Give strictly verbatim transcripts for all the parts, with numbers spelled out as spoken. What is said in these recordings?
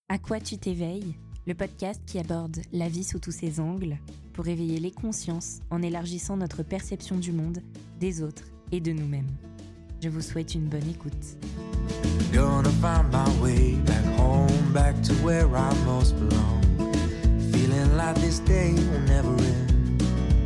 À quoi tu t'éveilles ? Le podcast qui aborde la vie sous tous ses angles pour éveiller les consciences en élargissant notre perception du monde, des autres et de nous-mêmes. Je vous souhaite une bonne écoute. Gonna find my way back home, back to where I most belong. Feeling like this day will never end.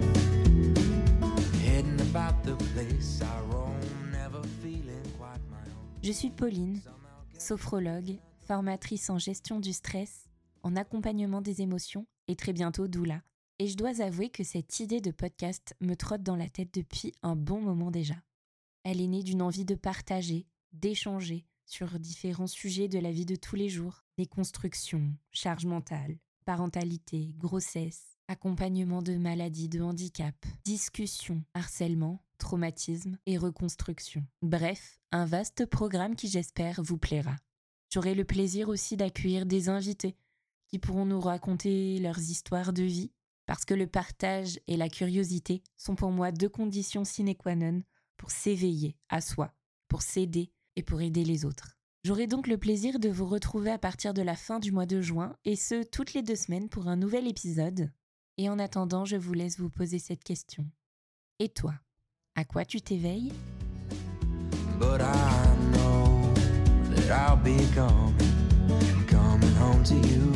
Heading about the place I roam, never feeling quite my own. Je suis Pauline, sophrologue, formatrice en gestion du stress, en accompagnement des émotions et très bientôt doula. Et je dois avouer que cette idée de podcast me trotte dans la tête depuis un bon moment déjà. Elle est née d'une envie de partager, d'échanger sur différents sujets de la vie de tous les jours, déconstruction, charge mentale, parentalité, grossesse, accompagnement de maladies, de handicap, discussion, harcèlement, traumatisme et reconstruction. Bref, un vaste programme qui j'espère vous plaira. J'aurai le plaisir aussi d'accueillir des invités qui pourront nous raconter leurs histoires de vie, parce que le partage et la curiosité sont pour moi deux conditions sine qua non pour s'éveiller à soi, pour s'aider et pour aider les autres. J'aurai donc le plaisir de vous retrouver à partir de la fin du mois de juin, et ce, toutes les deux semaines pour un nouvel épisode. Et en attendant, je vous laisse vous poser cette question. Et toi, à quoi tu t'éveilles ? But I know that I'll be coming, coming home to you.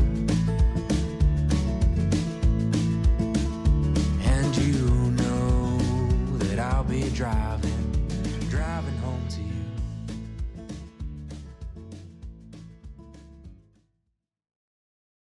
And you know that I'll be driving